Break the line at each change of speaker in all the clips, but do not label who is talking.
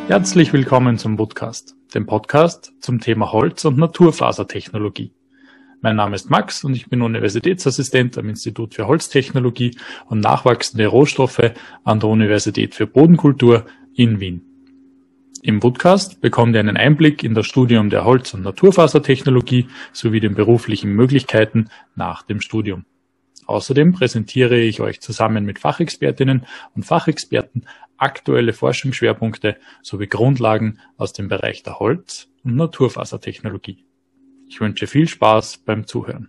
Herzlich willkommen zum Woodcast, dem Podcast zum Thema Holz- und Naturfasertechnologie. Mein Name ist Max und ich bin Universitätsassistent am Institut für Holztechnologie und nachwachsende Rohstoffe an der Universität für Bodenkultur in Wien. Im Woodcast bekommt ihr einen Einblick in das Studium der Holz- und Naturfasertechnologie sowie den beruflichen Möglichkeiten nach dem Studium. Außerdem präsentiere ich euch zusammen mit Fachexpertinnen und Fachexperten aktuelle Forschungsschwerpunkte sowie Grundlagen aus dem Bereich der Holz- und Naturfasertechnologie. Ich wünsche viel Spaß beim Zuhören.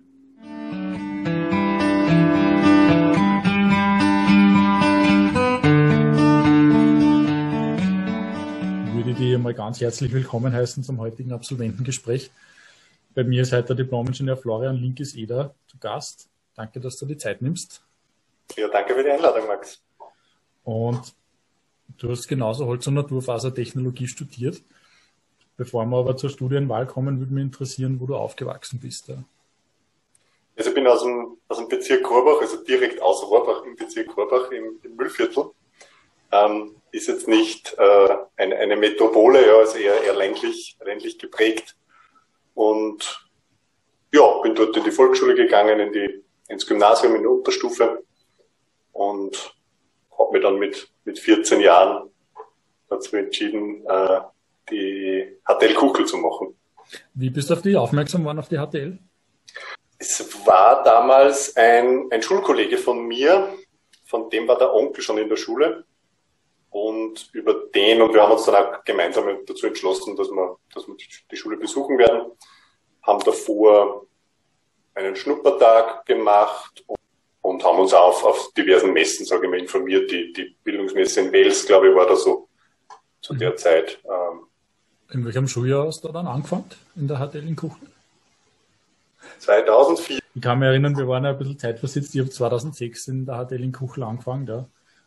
Ich würde dich mal ganz herzlich willkommen heißen zum heutigen Absolventengespräch. Bei mir ist heute der Diplom-Ingenieur Florian Linkes-Eder zu Gast. Danke, dass du die Zeit nimmst.
Ja, danke für die Einladung, Max.
Und du hast genauso Holz- und Naturfasertechnologie studiert. Bevor wir aber zur Studienwahl kommen, würde mich interessieren, wo du aufgewachsen bist. Ja.
Also ich bin aus dem Bezirk Korbach, also direkt aus Rohrbach im Bezirk Korbach im Müllviertel. Ist jetzt nicht eine Metropole, ja, also eher ländlich geprägt. Und ja, bin dort in die Volksschule gegangen, ins Gymnasium in der Unterstufe und habe mich dann mit 14 Jahren dazu entschieden, die HTL Kuchel zu machen.
Wie bist du auf die aufmerksam geworden, auf die HTL?
Es war damals ein Schulkollege von mir, von dem war der Onkel schon in der Schule. Und wir haben uns dann auch gemeinsam dazu entschlossen, dass wir die Schule besuchen werden. Haben davor einen Schnuppertag gemacht und haben uns auch auf diversen Messen, sage ich mal, informiert. Die Bildungsmesse in Wels, glaube ich, war da so zu der Zeit.
In welchem Schuljahr hast du dann angefangen in der HTL in Kuchel?
2004.
Ich kann mich erinnern, wir waren ja ein bisschen zeitversetzt. Ich habe 2006 in der HTL in Kuchel angefangen. Ja.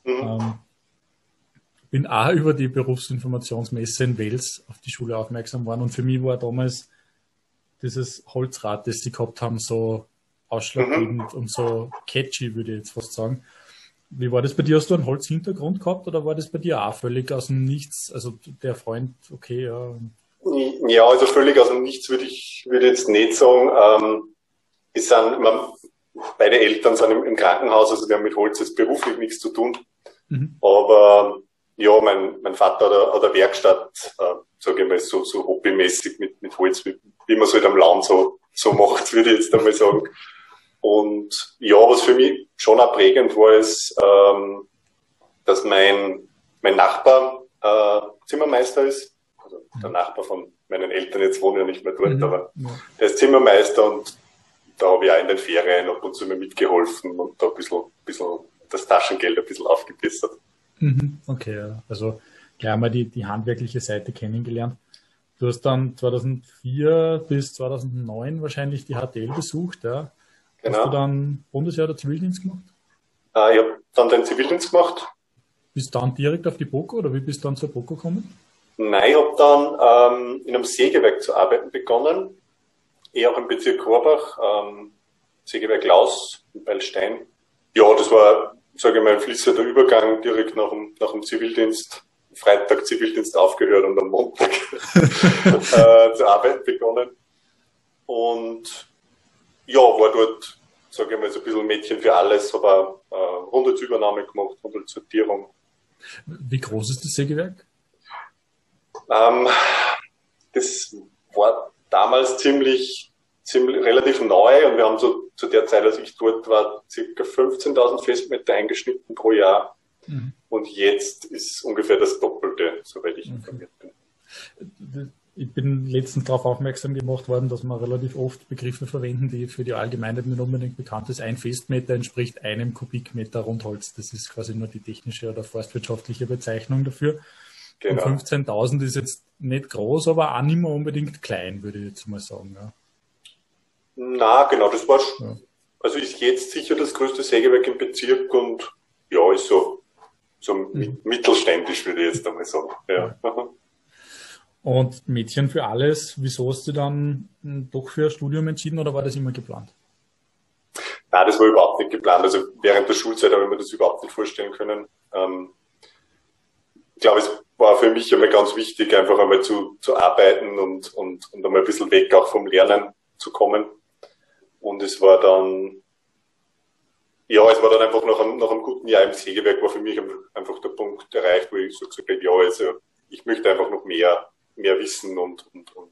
Bin auch über die Berufsinformationsmesse in Wels auf die Schule aufmerksam geworden. Und für mich war damals dieses Holzrad, das sie gehabt haben, so ausschlaggebend und so catchy, würde ich jetzt fast sagen. Wie war das bei dir? Hast du einen Holzhintergrund gehabt oder war das bei dir auch völlig aus dem Nichts? Also der Freund, okay, ja.
Ja, also völlig aus dem Nichts würde ich jetzt nicht sagen. Beide Eltern sind im Krankenhaus, also die haben mit Holz jetzt beruflich nichts zu tun. Aber ja, mein Vater hat eine Werkstatt, sage ich mal, so hobbymäßig mit Holz, wie man es halt am Land so macht, würde ich jetzt einmal sagen. Und ja, was für mich schon auch prägend war, ist, dass mein Nachbar Zimmermeister ist. Also der Nachbar von meinen Eltern, jetzt wohnen ja nicht mehr dort, aber der ist Zimmermeister und da habe ich auch in den Ferien ab und zu mal mitgeholfen und da ein bisschen das Taschengeld ein bisschen aufgebessert.
Okay, ja. Also gleich mal die handwerkliche Seite kennengelernt. Du hast dann 2004 bis 2009 wahrscheinlich die HTL besucht, ja.
Genau.
Hast du dann Bundesheer oder Zivildienst gemacht?
Ich habe dann den Zivildienst gemacht.
Bist du dann direkt auf die BOKU oder wie bist du dann zur BOKU gekommen?
Nein, ich habe dann in einem Sägewerk zu arbeiten begonnen. Auch im Bezirk Korbach, Sägewerk Laus in Beilstein. Ja, das war, sage ich mal, ein fließender Übergang direkt nach dem Zivildienst. Freitag Zivildienst aufgehört und am Montag zu arbeiten begonnen. Und ja, war dort, sage ich mal, so ein bisschen Mädchen für alles, habe auch Handelsübernahme gemacht, Handelssortierung.
Wie groß ist das Sägewerk?
Das war damals ziemlich relativ neu und wir haben so zu der Zeit, als ich dort war, ca. 15.000 Festmeter eingeschnitten pro Jahr. Und jetzt ist ungefähr das Doppelte, soweit ich informiert bin.
Ich bin letztens darauf aufmerksam gemacht worden, dass wir relativ oft Begriffe verwenden, die für die Allgemeinheit nicht unbedingt bekannt ist. Ein Festmeter entspricht einem Kubikmeter Rundholz. Das ist quasi nur die technische oder forstwirtschaftliche Bezeichnung dafür. Genau. Und 15.000 ist jetzt nicht groß, aber auch nicht mehr unbedingt klein, würde ich jetzt mal sagen. Ja.
Na, genau, das war, also ist jetzt sicher das größte Sägewerk im Bezirk und ja, ist so mittelständisch, würde ich jetzt einmal sagen. Ja.
Und Mädchen für alles, wieso hast du dann doch für ein Studium entschieden oder war das immer geplant?
Nein, das war überhaupt nicht geplant. Also während der Schulzeit habe ich mir das überhaupt nicht vorstellen können. Ich glaube, war für mich einmal ganz wichtig, einfach einmal zu arbeiten und einmal ein bisschen weg auch vom Lernen zu kommen. Und es war dann einfach nach einem guten Jahr im Sägewerk war für mich einfach der Punkt erreicht, wo ich so gesagt habe, also ich möchte einfach noch mehr wissen und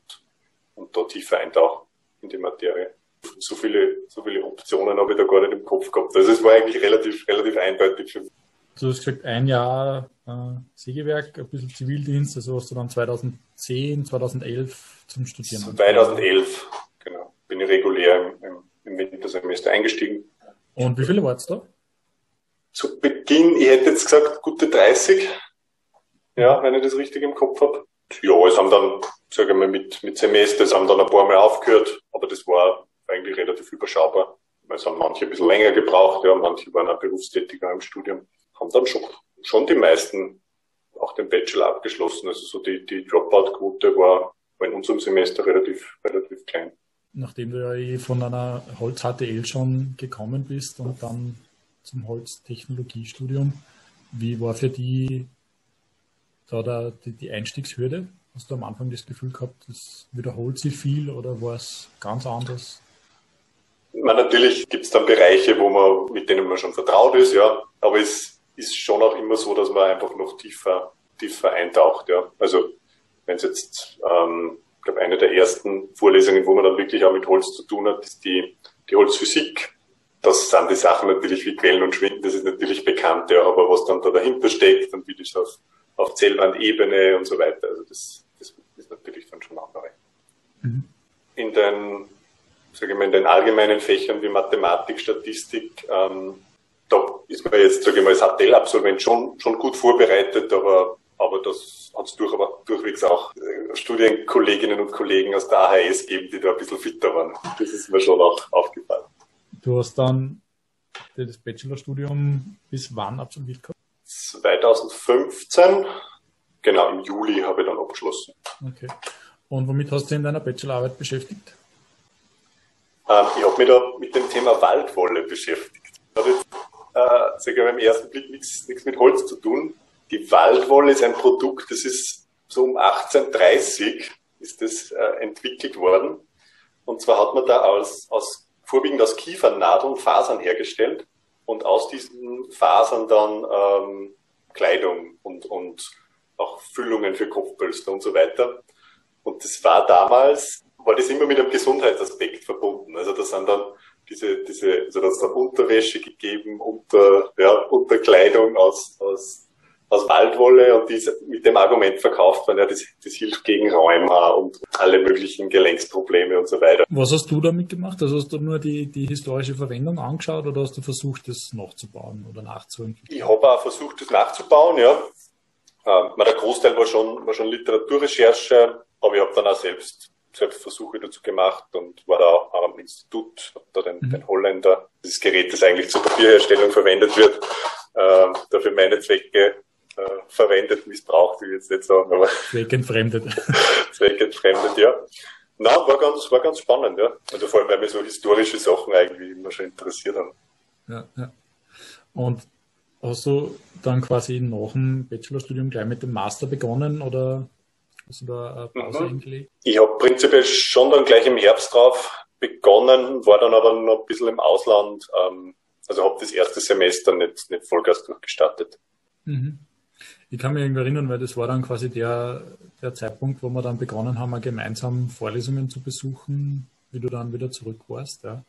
da tiefer eintauchen in die Materie. So viele Optionen habe ich da gar nicht im Kopf gehabt. Also es war eigentlich relativ eindeutig für mich.
Du hast gesagt, ein Jahr Sägewerk, ein bisschen Zivildienst, also hast du dann 2010, 2011 zum Studieren.
2011, genau. Bin ich regulär im Wintersemester eingestiegen.
Und wie viele war's da?
Zu Beginn, ich hätte jetzt gesagt, gute 30. Ja, wenn ich das richtig im Kopf habe. Ja, es haben dann, sage ich mal, mit Semester, es haben dann ein paar Mal aufgehört, aber das war eigentlich relativ überschaubar. Es haben manche ein bisschen länger gebraucht, ja, manche waren auch berufstätiger im Studium. Haben dann schon die meisten auch den Bachelor abgeschlossen. Also so die Dropout-Quote war in unserem Semester relativ klein.
Nachdem du ja von einer Holz-HTL schon gekommen bist und dann zum Holztechnologiestudium, wie war für die da die Einstiegshürde? Hast du am Anfang das Gefühl gehabt, das wiederholt sich viel oder war es ganz anders?
Natürlich gibt es dann Bereiche, mit denen man schon vertraut ist, ja, aber es ist schon auch immer so, dass man einfach noch tiefer eintaucht, ja. Also wenn es jetzt, ich glaube, eine der ersten Vorlesungen, wo man dann wirklich auch mit Holz zu tun hat, ist die Holzphysik. Das sind die Sachen natürlich wie Quellen und Schwinden, das ist natürlich bekannt, ja, aber was dann da dahinter steckt und wie das auf Zellwandebene und so weiter, also das ist natürlich dann schon andere. Mhm. In den allgemeinen Fächern wie Mathematik, Statistik, da ist man jetzt, sage ich mal, als HTL-Absolvent schon gut vorbereitet, aber das hat es durchwegs auch Studienkolleginnen und Kollegen aus der AHS gegeben, die da ein bisschen fitter waren. Das ist mir schon auch aufgefallen.
Du hast dann das Bachelorstudium bis wann absolviert gehabt?
2015, genau, im Juli habe ich dann abgeschlossen.
Okay. Und womit hast du in deiner Bachelorarbeit beschäftigt?
Ich habe mich da mit dem Thema Waldwolle beschäftigt. Das hat jetzt, sage ich mal, im ersten Blick nichts mit Holz zu tun. Die Waldwolle ist ein Produkt, das ist so um 1830 ist das entwickelt worden. Und zwar hat man da vorwiegend aus Kiefernadeln Fasern hergestellt und aus diesen Fasern dann Kleidung und auch Füllungen für Kopfpölster und so weiter. Und das war das immer mit einem Gesundheitsaspekt verbunden. Also das sind dann also das dann Unterwäsche gegeben, Unterkleidung aus Waldwolle und die ist mit dem Argument verkauft worden, ja, das hilft gegen Rheuma und alle möglichen Gelenksprobleme und so weiter.
Was hast du damit gemacht? Also hast du nur die historische Verwendung angeschaut oder hast du versucht, das nachzubauen oder nachzuentwickeln?
Ich habe auch versucht, das nachzubauen, ja. Der Großteil war schon Literaturrecherche, aber ich habe dann auch selbst Versuche dazu gemacht und war da auch am Institut, habe da den Holländer, dieses Gerät, das eigentlich zur Papierherstellung verwendet wird, dafür meine Zwecke verwendet, missbraucht, will ich jetzt nicht sagen, aber
zweckentfremdet,
ja. Nein, war ganz spannend, ja. Also vor allem, weil mich so historische Sachen eigentlich immer schon interessiert haben.
Ja. Und hast du dann quasi nach dem Bachelorstudium gleich mit dem Master begonnen oder hast du da eine Pause eingelegt?
Ich habe prinzipiell schon dann gleich im Herbst drauf begonnen, war dann aber noch ein bisschen im Ausland, also habe das erste Semester nicht Vollgas durchgestartet.
Mhm. Ich kann mich irgendwie erinnern, weil das war dann quasi der Zeitpunkt, wo wir dann begonnen haben, gemeinsam Vorlesungen zu besuchen, wie du dann wieder zurück warst. Ja.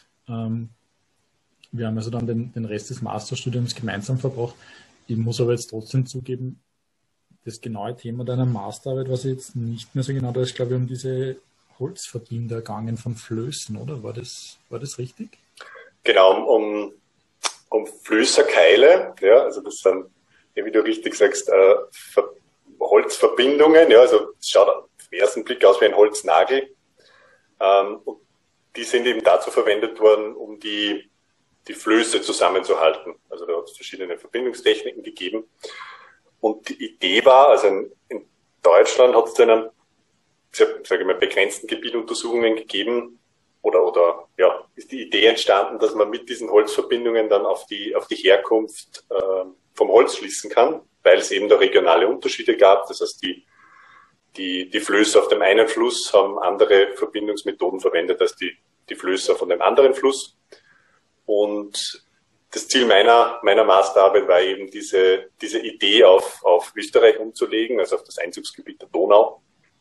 Wir haben also dann den Rest des Masterstudiums gemeinsam verbracht. Ich muss aber jetzt trotzdem zugeben, das genaue Thema deiner Masterarbeit, was ich jetzt nicht mehr so genau, da ist, glaube ich, um diese Holzverbinder gegangen von Flößen, oder? War das richtig? Genau,
um Flößerkeile, ja, also das sind, wie du richtig sagst, Holzverbindungen, ja, also es schaut auf den ersten Blick aus wie ein Holznagel. Und die sind eben dazu verwendet worden, um die Flöße zusammenzuhalten. Also da hat es verschiedene Verbindungstechniken gegeben. Und die Idee war, also in Deutschland hat es in einem, sage ich mal, begrenzten Gebiet Untersuchungen gegeben, oder ist die Idee entstanden, dass man mit diesen Holzverbindungen dann auf die Herkunft vom Holz schließen kann. weil es eben da regionale Unterschiede gab. Das heißt, die Flöße auf dem einen Fluss haben andere Verbindungsmethoden verwendet als die Flöße von dem anderen Fluss. Und das Ziel meiner Masterarbeit war eben diese Idee auf Österreich umzulegen, also auf das Einzugsgebiet der Donau,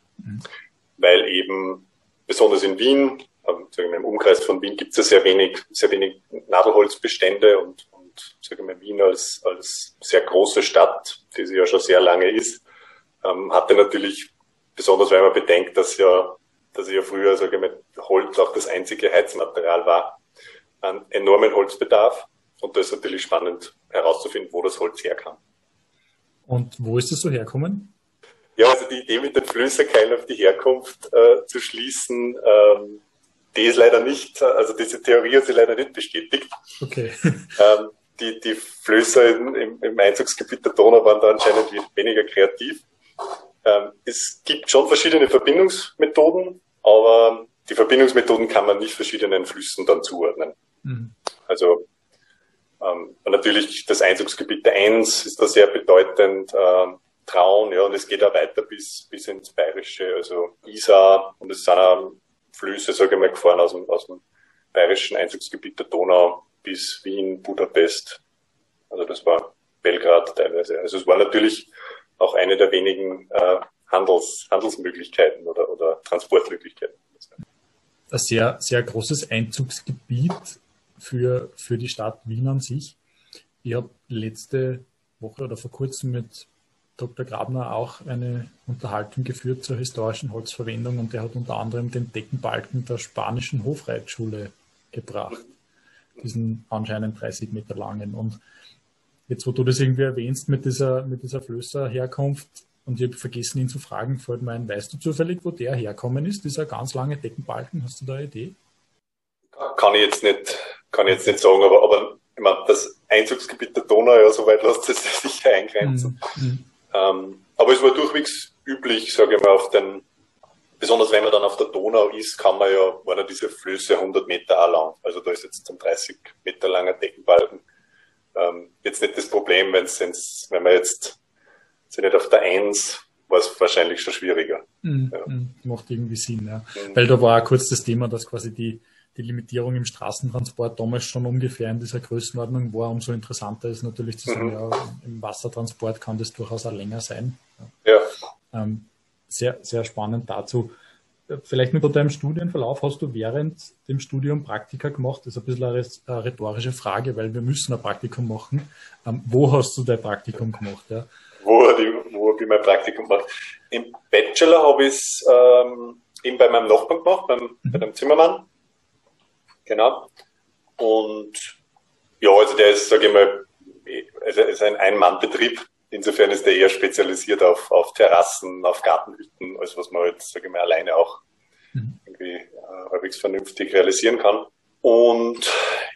weil eben besonders in Wien, sagen wir, im Umkreis von Wien gibt es ja sehr wenig Nadelholzbestände und sagen wir, Wien als sehr große Stadt, die sie ja schon sehr lange ist, hatte natürlich, besonders weil man bedenkt, dass ja früher, sagen wir, Holz auch das einzige Heizmaterial war, einen enormen Holzbedarf. Und da ist natürlich spannend herauszufinden, wo das Holz herkam.
Und wo ist es so herkommen?
Ja, also die Idee mit den Flößerkeilen auf die Herkunft zu schließen, die ist leider nicht, also diese Theorie hat sie leider nicht bestätigt.
Okay.
Die Flößer im Einzugsgebiet der Donau waren da anscheinend weniger kreativ. Es gibt schon verschiedene Verbindungsmethoden, aber die Verbindungsmethoden kann man nicht verschiedenen Flüssen dann zuordnen. Mhm. Also und natürlich das Einzugsgebiet der Enns ist da sehr bedeutend, Traun, ja, und es geht auch weiter bis ins Bayerische, also Isar, und es sind auch Flüsse, sage ich mal, gefahren aus dem bayerischen Einzugsgebiet der Donau bis Wien, Budapest, also das war Belgrad teilweise. Also es war natürlich auch eine der wenigen Handelsmöglichkeiten oder Transportmöglichkeiten.
Ein sehr, sehr großes Einzugsgebiet für die Stadt Wien an sich. Ich habe letzte Woche oder vor kurzem mit Dr. Grabner auch eine Unterhaltung geführt zur historischen Holzverwendung, und der hat unter anderem den Deckenbalken der spanischen Hofreitschule gebracht, diesen anscheinend 30 Meter langen. Und jetzt, wo du das irgendwie erwähnst mit dieser Flößerherkunft, und ich habe vergessen, ihn zu fragen, fällt mir ein, weißt du zufällig, wo der herkommen ist, dieser ganz lange Deckenbalken? Hast du da eine Idee?
Kann ich jetzt nicht sagen, aber ich meine, das Einzugsgebiet der Donau, ja, soweit lässt es sicher eingrenzen. Aber es war durchwegs üblich, sage ich mal, besonders wenn man dann auf der Donau ist, waren ja diese Flöße 100 Meter auch lang. Also da ist jetzt ein 30 Meter langer Deckenbalken jetzt nicht das Problem, wenn man jetzt nicht auf der Eins, war es wahrscheinlich schon schwieriger. Ja.
Macht irgendwie Sinn, ja. Weil da war auch kurz das Thema, dass quasi die Limitierung im Straßentransport damals schon ungefähr in dieser Größenordnung war. Umso interessanter ist natürlich zu sagen, ja, im Wassertransport kann das durchaus auch länger sein.
Ja.
Sehr, sehr spannend dazu. Vielleicht mit deinem Studienverlauf, hast du während dem Studium Praktika gemacht? Das ist ein bisschen eine rhetorische Frage, weil wir müssen ein Praktikum machen. Wo hast du dein Praktikum gemacht? Ja?
Wo habe ich mein Praktikum gemacht? Im Bachelor habe ich es eben bei meinem Nachbarn gemacht, bei dem Zimmermann. Genau. Und ja, also der ist, sage ich mal, ist ein Ein-Mann-Betrieb. Insofern ist der eher spezialisiert auf Terrassen, auf Gartenhütten, als was man halt, sage ich mal, alleine auch irgendwie halbwegs vernünftig realisieren kann. Und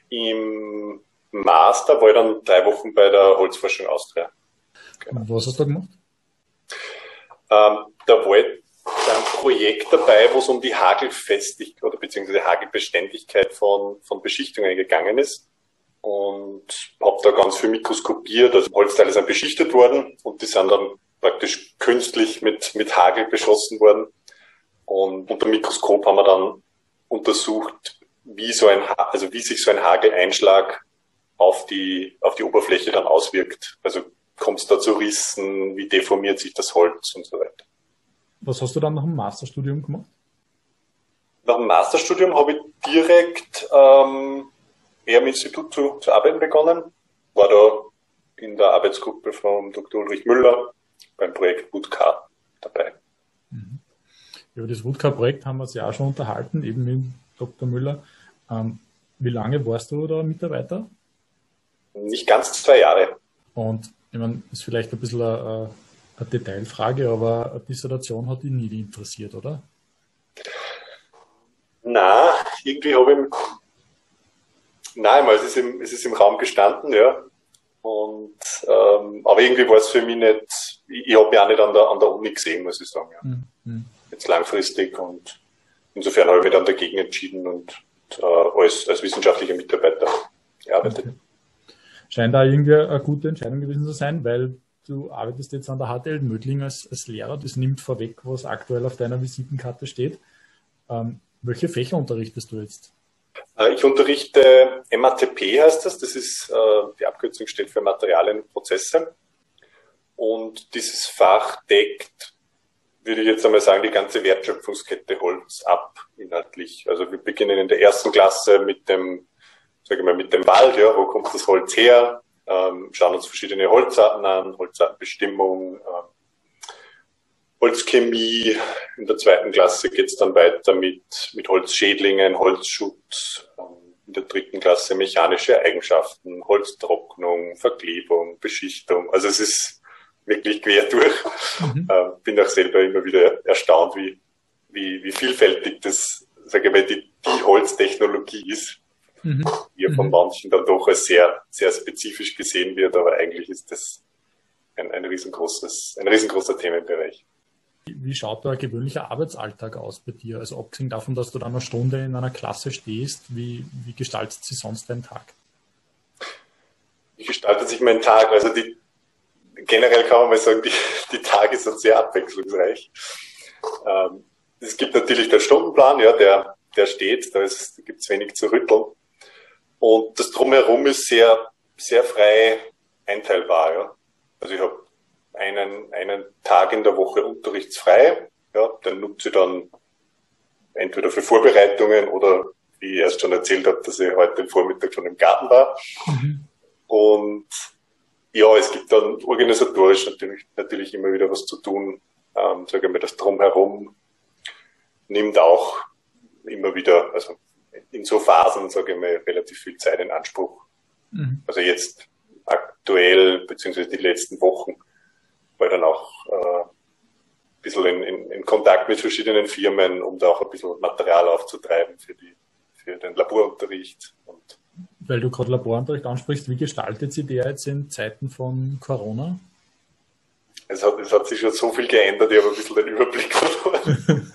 im Master war ich dann 3 Wochen bei der Holzforschung Austria.
Genau. Und was hast du da gemacht?
Da war ich ein Projekt dabei, wo es um die Hagelfestigkeit oder beziehungsweise Hagelbeständigkeit von Beschichtungen gegangen ist. Und habe da ganz viel mikroskopiert. Also Holzteile sind beschichtet worden und die sind dann praktisch künstlich mit Hagel beschossen worden. Und unter dem Mikroskop haben wir dann untersucht, wie sich so ein Hageleinschlag auf die Oberfläche dann auswirkt. Also kommt es da zu Rissen, wie deformiert sich das Holz und so weiter.
Was hast du dann nach dem Masterstudium gemacht?
Nach dem Masterstudium habe ich direkt eher im Institut zu arbeiten begonnen. War da in der Arbeitsgruppe von Dr. Ulrich Müller beim Projekt WUDK dabei.
Über das WUDK-Projekt haben wir uns ja auch schon unterhalten, eben mit Dr. Müller. Wie lange warst du da Mitarbeiter?
Nicht ganz 2 Jahre.
Und ich meine, ist vielleicht ein bisschen eine Detailfrage, aber eine Dissertation hat dich nie interessiert, oder?
Na, irgendwie habe ich es ist im Raum gestanden, ja. Und aber irgendwie war es für mich nicht, ich habe mich auch nicht an der Uni gesehen, muss ich sagen. Ja. Jetzt langfristig, und insofern habe ich mich dann dagegen entschieden und als wissenschaftlicher Mitarbeiter gearbeitet.
Okay. Scheint da irgendwie eine gute Entscheidung gewesen zu sein, weil du arbeitest jetzt an der HTL Mödling als Lehrer. Das nimmt vorweg, was aktuell auf deiner Visitenkarte steht. Welche Fächer unterrichtest du jetzt?
Ich unterrichte MATP, heißt das. Das ist, die Abkürzung steht für Materialien und Prozesse. Und dieses Fach deckt, würde ich jetzt einmal sagen, die ganze Wertschöpfungskette Holz ab, inhaltlich. Also wir beginnen in der ersten Klasse mit dem Wald, ja, wo kommt das Holz her? Schauen uns verschiedene Holzarten an, Holzartenbestimmung, Holzchemie. In der zweiten Klasse geht's dann weiter mit Holzschädlingen, Holzschutz. In der dritten Klasse mechanische Eigenschaften, Holztrocknung, Verklebung, Beschichtung. Also es ist wirklich quer durch. Bin auch selber immer wieder erstaunt, wie vielfältig das, sage ich mal, die Holztechnologie ist. Die von manchen dann doch als sehr, sehr spezifisch gesehen wird, aber eigentlich ist das ein riesengroßer Themenbereich.
Wie schaut da ein gewöhnlicher Arbeitsalltag aus bei dir? Also abgesehen davon, dass du dann eine Stunde in einer Klasse stehst, wie gestaltet sich sonst dein Tag?
Wie gestaltet sich mein Tag? Also generell kann man mal sagen, die Tage sind sehr abwechslungsreich. Es gibt natürlich den Stundenplan, ja, der steht, da gibt's wenig zu rütteln. Und das Drumherum ist sehr, sehr frei einteilbar, ja. Also ich habe einen Tag in der Woche unterrichtsfrei, ja, den nutze ich dann entweder für Vorbereitungen oder, wie ich erst schon erzählt habe, dass ich heute am Vormittag schon im Garten war. Und ja, es gibt dann organisatorisch natürlich immer wieder was zu tun. Sage ich mal, das Drumherum nimmt auch immer wieder, also in so Phasen, sage ich mal, relativ viel Zeit in Anspruch. Also jetzt aktuell, beziehungsweise die letzten Wochen, war dann auch ein bisschen in Kontakt mit verschiedenen Firmen, um da auch ein bisschen Material aufzutreiben für den Laborunterricht. Und
weil du gerade Laborunterricht ansprichst, wie gestaltet sich der jetzt in Zeiten von Corona?
Es hat sich schon so viel geändert, ich habe ein bisschen den Überblick verloren.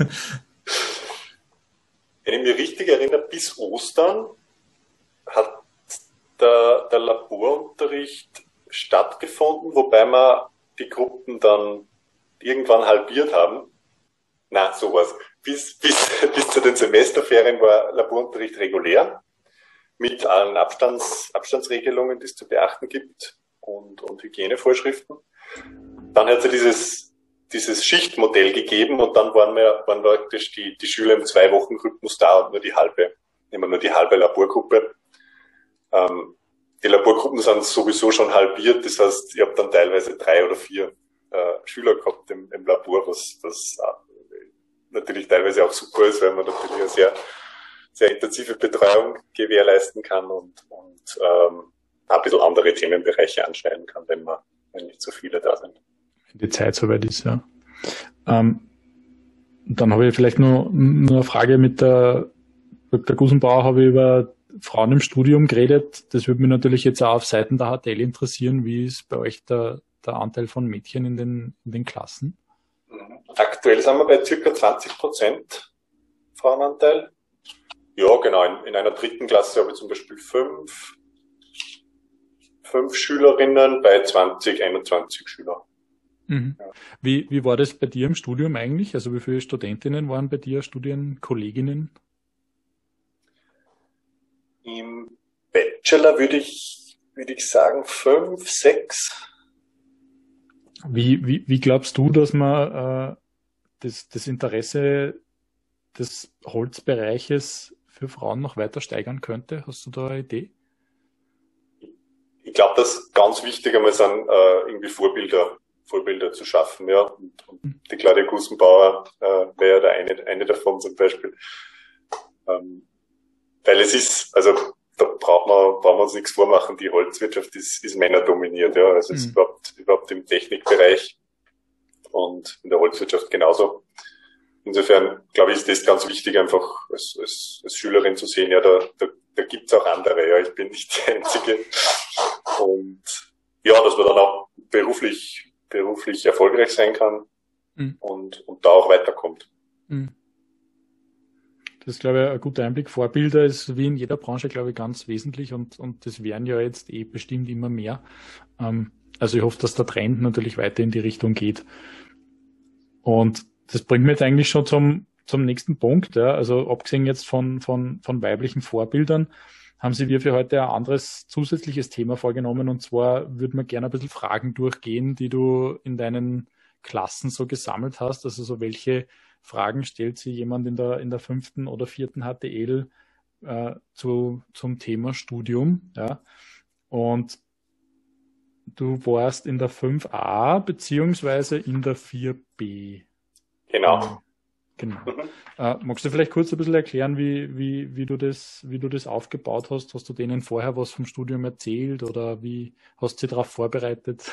Wenn ich mich richtig erinnere, bis Ostern hat der Laborunterricht stattgefunden, wobei wir die Gruppen dann irgendwann halbiert haben. Na, sowas. Bis zu den Semesterferien war Laborunterricht regulär, mit allen Abstandsregelungen, die es zu beachten gibt und Hygienevorschriften. Dann hat es dieses Schichtmodell gegeben und dann waren praktisch die Schüler im 2-Wochen-Rhythmus da und nur die halbe Laborgruppe. Die Laborgruppen sind sowieso schon halbiert, das heißt, ich habe dann teilweise 3 oder 4 Schüler gehabt im Labor, was natürlich teilweise auch super ist, weil man natürlich eine sehr, sehr intensive Betreuung gewährleisten kann und ein bisschen andere Themenbereiche anschneiden kann, wenn nicht so viele da sind.
Wenn die Zeit soweit ist, ja. Dann habe ich vielleicht nur eine Frage mit der Dr. Gusenbauer, habe ich über Frauen im Studium geredet. Das würde mich natürlich jetzt auch auf Seiten der HTL interessieren. Wie ist bei euch der Anteil von Mädchen in den Klassen?
Aktuell sind wir bei circa 20% Frauenanteil. Ja, genau. In einer dritten Klasse habe ich zum Beispiel 5 Schülerinnen bei 21 Schülern.
Mhm. Ja. Wie war das bei dir im Studium eigentlich? Also wie viele Studentinnen waren bei dir, Studienkolleginnen?
Im Bachelor würde ich sagen 5, 6.
Wie glaubst du, dass man das Interesse des Holzbereiches für Frauen noch weiter steigern könnte? Hast du da eine Idee?
Ich glaube, dass ganz wichtig einmal sind, irgendwie Vorbilder zu schaffen, ja. Und die Claudia Gusenbauer wäre ja eine davon zum Beispiel. Weil es ist, also da brauchen wir uns nichts vormachen, die Holzwirtschaft ist männerdominiert, ja. Also es ist überhaupt im Technikbereich und in der Holzwirtschaft genauso. Insofern, glaube ich, ist das ganz wichtig, einfach als Schülerin zu sehen, ja, da gibt's auch andere, ja, ich bin nicht die Einzige. Und ja, dass man dann auch beruflich erfolgreich sein kann und da auch weiterkommt.
Das ist, glaube ich, ein guter Einblick. Vorbilder ist wie in jeder Branche, glaube ich, ganz wesentlich und das werden ja jetzt bestimmt immer mehr. Also ich hoffe, dass der Trend natürlich weiter in die Richtung geht. Und das bringt mir jetzt eigentlich schon zum nächsten Punkt. Ja. Also abgesehen jetzt von weiblichen Vorbildern, haben Sie wir für heute ein anderes zusätzliches Thema vorgenommen. Und zwar würde man gerne ein bisschen Fragen durchgehen, die du in deinen Klassen so gesammelt hast. Also so welche Fragen stellt sich jemand in der 5. oder 4. HTL zum Thema Studium. Ja. Und du warst in der 5a beziehungsweise in der 4b.
Genau.
Genau. Magst du vielleicht kurz ein bisschen erklären, wie du das aufgebaut hast? Hast du denen vorher was vom Studium erzählt oder wie hast du sie darauf vorbereitet?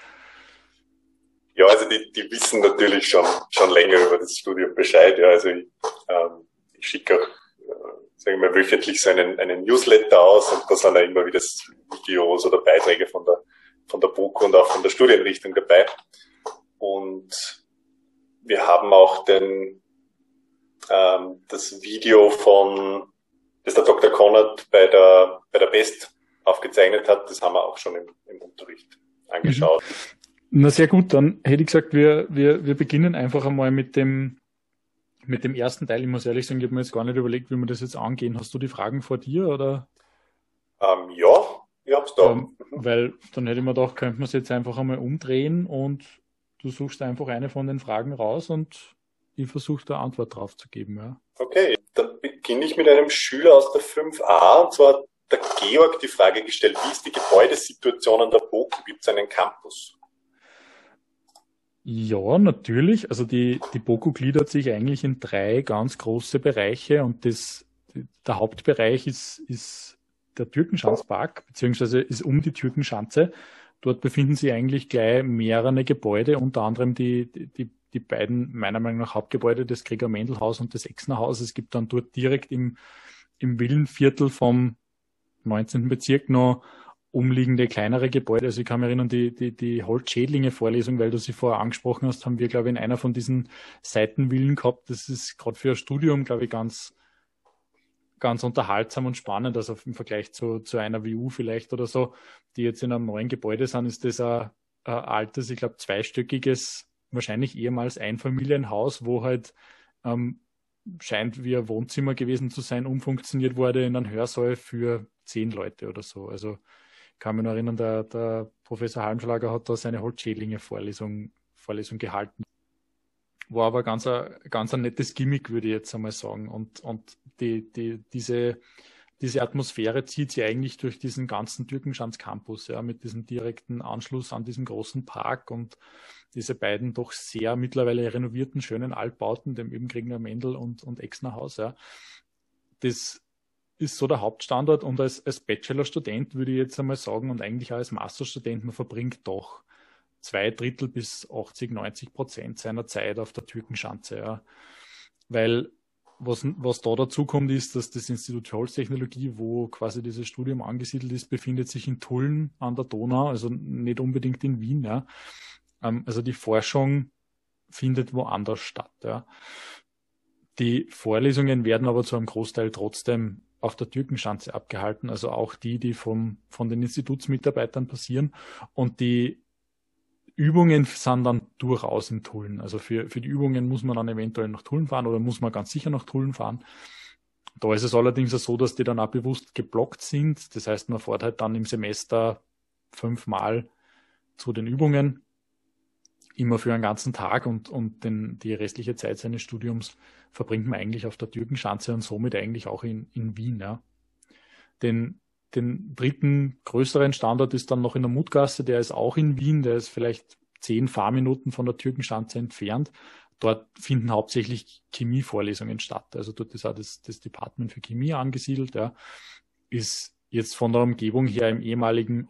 Ja, also die wissen natürlich schon länger über das Studium Bescheid. Ja, also ich schicke auch, sagen wir mal, wöchentlich so einen Newsletter aus und da sind auch immer wieder Videos oder Beiträge von der BOKU und auch von der Studienrichtung dabei. Und wir haben auch das Video das der Dr. Konrad bei der BEST aufgezeichnet hat, das haben wir auch schon im Unterricht angeschaut.
Na sehr gut, dann hätte ich gesagt, wir beginnen einfach einmal mit dem ersten Teil. Ich muss ehrlich sagen, ich habe mir jetzt gar nicht überlegt, wie wir das jetzt angehen. Hast du die Fragen vor dir oder?
Ja, ich hab's da.
Weil dann hätte ich mir gedacht, könnte man es jetzt einfach einmal umdrehen und du suchst einfach eine von den Fragen raus und ich versuche da Antwort drauf zu geben. Ja.
Okay, dann beginne ich mit einem Schüler aus der 5a, und zwar hat der Georg die Frage gestellt, wie ist die Gebäudesituation an der BOKU? Gibt es einen Campus?
Ja, natürlich. Also die BOKU gliedert sich eigentlich in 3 ganz große Bereiche und der Hauptbereich ist der Türkenschanzpark, beziehungsweise ist um die Türkenschanze. Dort befinden sich eigentlich gleich mehrere Gebäude, unter anderem die beiden, meiner Meinung nach, Hauptgebäude, das Gregor-Mendel-Haus und das Exner-Haus. Es gibt dann dort direkt im Villenviertel vom 19. Bezirk noch umliegende kleinere Gebäude. Also ich kann mich erinnern, die Holzschädlinge-Vorlesung, weil du sie vorher angesprochen hast, haben wir, glaube ich, in einer von diesen Seitenvillen gehabt. Das ist gerade für ein Studium, glaube ich, ganz unterhaltsam und spannend. Also im Vergleich zu einer WU vielleicht oder so, die jetzt in einem neuen Gebäude sind, ist das ein altes, ich glaube, zweistöckiges, wahrscheinlich ehemals Einfamilienhaus, wo halt scheint wie ein Wohnzimmer gewesen zu sein, umfunktioniert wurde in einen Hörsaal für 10 Leute oder so. Also ich kann mich noch erinnern, der Professor Halmschlager hat da seine Holzschädlinge-Vorlesung gehalten. War aber ganz ein nettes Gimmick, würde ich jetzt einmal sagen. Und diese Atmosphäre zieht sich eigentlich durch diesen ganzen Türkenschanz-Campus, ja, mit diesem direkten Anschluss an diesen großen Park und diese beiden doch sehr mittlerweile renovierten, schönen Altbauten, dem eben Gregor Mendel und Exner Haus, ja. Das ist so der Hauptstandort und als Bachelorstudent würde ich jetzt einmal sagen und eigentlich auch als Masterstudent, man verbringt doch 2/3 bis 80-90% seiner Zeit auf der Türkenschanze, ja. Weil was da dazu kommt, ist, dass das Institut für Holztechnologie, wo quasi dieses Studium angesiedelt ist, befindet sich in Tulln an der Donau, also nicht unbedingt in Wien, ja. Also die Forschung findet woanders statt, ja. Die Vorlesungen werden aber zu einem Großteil trotzdem auf der Türkenschanze abgehalten, also auch die von den Institutsmitarbeitern passieren und die Übungen sind dann durchaus in Tulln. Also für die Übungen muss man dann eventuell nach Tulln fahren oder muss man ganz sicher nach Tulln fahren. Da ist es allerdings auch so, dass die dann auch bewusst geblockt sind. Das heißt, man fährt halt dann im Semester 5-mal zu den Übungen, immer für einen ganzen Tag und die restliche Zeit seines Studiums verbringt man eigentlich auf der Türkenschanze und somit eigentlich auch in Wien. Ja. Den 3. größeren Standort ist dann noch in der Mutgasse, der ist auch in Wien, der ist vielleicht 10 Fahrminuten von der Türkenschanze entfernt. Dort finden hauptsächlich Chemievorlesungen statt. Also dort ist auch das Department für Chemie angesiedelt. Ja. Ist jetzt von der Umgebung her im ehemaligen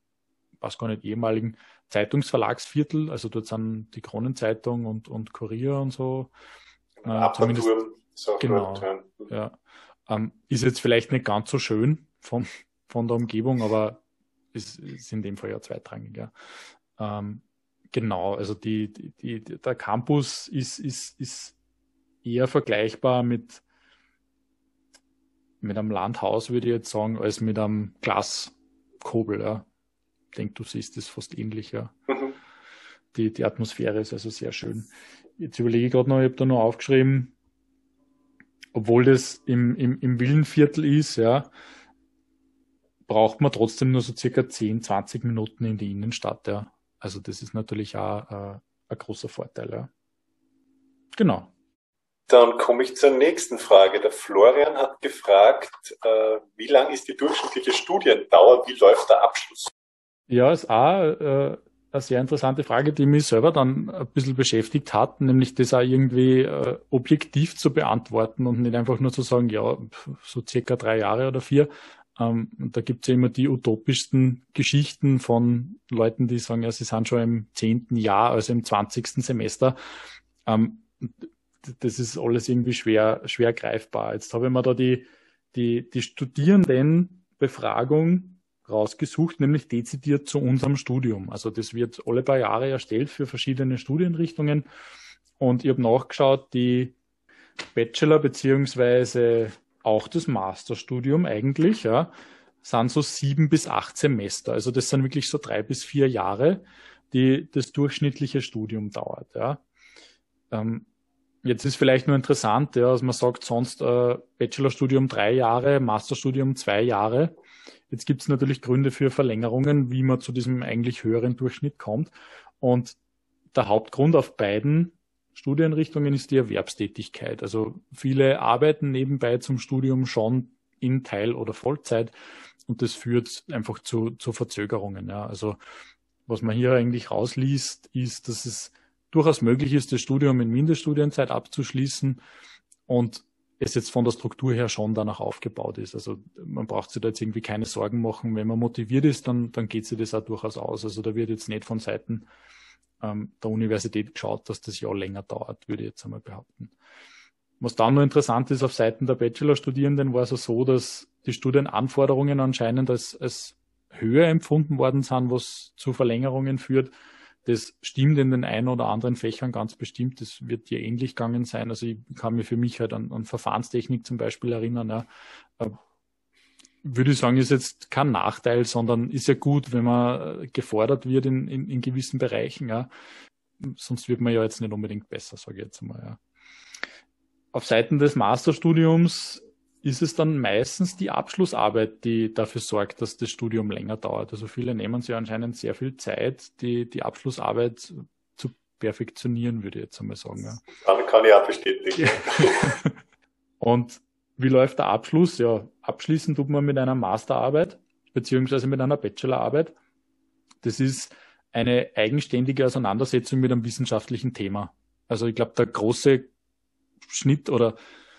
Zeitungsverlagsviertel. Also dort sind die Kronenzeitung und Kurier und so. Zumindest, genau. Ja. Ist jetzt vielleicht nicht ganz so schön von der Umgebung, aber ist in dem Fall ja zweitrangig. Ja. Genau, also der Campus ist eher vergleichbar mit einem Landhaus, würde ich jetzt sagen, als mit einem Glaskobel. Ja. denke, du siehst es fast ähnlich, ja. Die Atmosphäre ist also sehr schön. Jetzt überlege ich gerade noch, ich habe da noch aufgeschrieben, obwohl das im Villenviertel ist, ja, braucht man trotzdem nur so circa 10, 20 Minuten in die Innenstadt, ja. Also das ist natürlich auch ein großer Vorteil, ja. Genau.
Dann komme ich zur nächsten Frage. Der Florian hat gefragt, wie lang ist die durchschnittliche Studiendauer? Wie läuft der Abschluss?
Ja, ist auch eine sehr interessante Frage, die mich selber dann ein bisschen beschäftigt hat, nämlich das auch irgendwie objektiv zu beantworten und nicht einfach nur zu sagen, ja, so circa 3 Jahre oder 4. Und da gibt's ja immer die utopischsten Geschichten von Leuten, die sagen, ja, sie sind schon im 10. Jahr, also im 20. Semester. Das ist alles irgendwie schwer greifbar. Jetzt habe ich mir da die Studierendenbefragung rausgesucht, nämlich dezidiert zu unserem Studium. Also das wird alle paar Jahre erstellt für verschiedene Studienrichtungen. Und ich habe nachgeschaut, die Bachelor- beziehungsweise auch das Masterstudium eigentlich, ja, sind so 7 bis 8 Semester. Also das sind wirklich so 3 bis 4 Jahre, die das durchschnittliche Studium dauert. Ja. Jetzt ist vielleicht nur interessant, ja, dass man sagt, sonst Bachelorstudium 3 Jahre, Masterstudium 2 Jahre. Jetzt gibt es natürlich Gründe für Verlängerungen, wie man zu diesem eigentlich höheren Durchschnitt kommt. Und der Hauptgrund auf beiden Studienrichtungen ist die Erwerbstätigkeit. Also viele arbeiten nebenbei zum Studium schon in Teil- oder Vollzeit und das führt einfach zu Verzögerungen. Ja. Also was man hier eigentlich rausliest, ist, dass es durchaus möglich ist, das Studium in Mindeststudienzeit abzuschließen und es jetzt von der Struktur her schon danach aufgebaut ist. Also man braucht sich da jetzt irgendwie keine Sorgen machen. Wenn man motiviert ist, dann geht sich das auch durchaus aus. Also da wird jetzt nicht von Seiten der Universität geschaut, dass das Jahr länger dauert, würde ich jetzt einmal behaupten. Was dann noch interessant ist, auf Seiten der Bachelorstudierenden war es so, dass die Studienanforderungen anscheinend als höher empfunden worden sind, was zu Verlängerungen führt. Das stimmt in den ein oder anderen Fächern ganz bestimmt. Das wird dir ähnlich gegangen sein. Also ich kann mich für mich halt an Verfahrenstechnik zum Beispiel erinnern. Ja. Würde ich sagen, ist jetzt kein Nachteil, sondern ist ja gut, wenn man gefordert wird in gewissen Bereichen. Ja. Sonst wird man ja jetzt nicht unbedingt besser, sage ich jetzt mal. Ja. Auf Seiten des Masterstudiums ist es dann meistens die Abschlussarbeit, die dafür sorgt, dass das Studium länger dauert. Also viele nehmen sich anscheinend sehr viel Zeit, die Abschlussarbeit zu perfektionieren, würde ich jetzt einmal sagen. Ja.
Kann ich auch bestätigen.
Und wie läuft der Abschluss? Ja, abschließen tut man mit einer Masterarbeit beziehungsweise mit einer Bachelorarbeit. Das ist eine eigenständige Auseinandersetzung mit einem wissenschaftlichen Thema. Also ich glaube, der große Schnitt oder